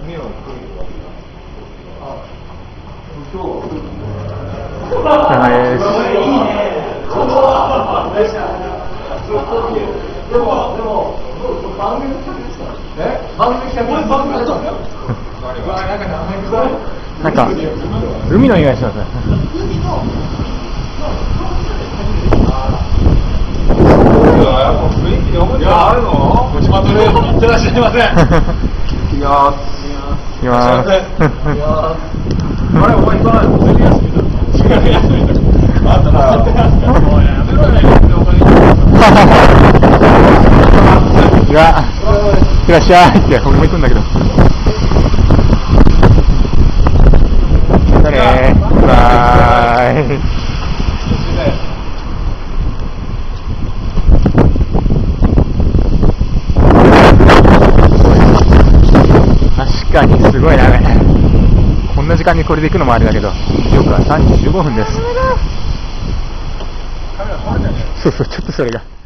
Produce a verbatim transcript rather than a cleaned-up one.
なんか海の匂いしますね。 いやあるの？持ちまとめいってらっしゃいませ。いやいやー。 あれお前行かないの？全然休みだ。違う休みだ。あったな。もうやめろよ。お金。 いや、いらっしゃいって僕も行くんだけど。じゃあねー。バイ。確かにすごいなね。こんな時間にこれで行くのもあれだけど、時刻はさんじじゅうごふんです。そうそう、ちょっとそれが。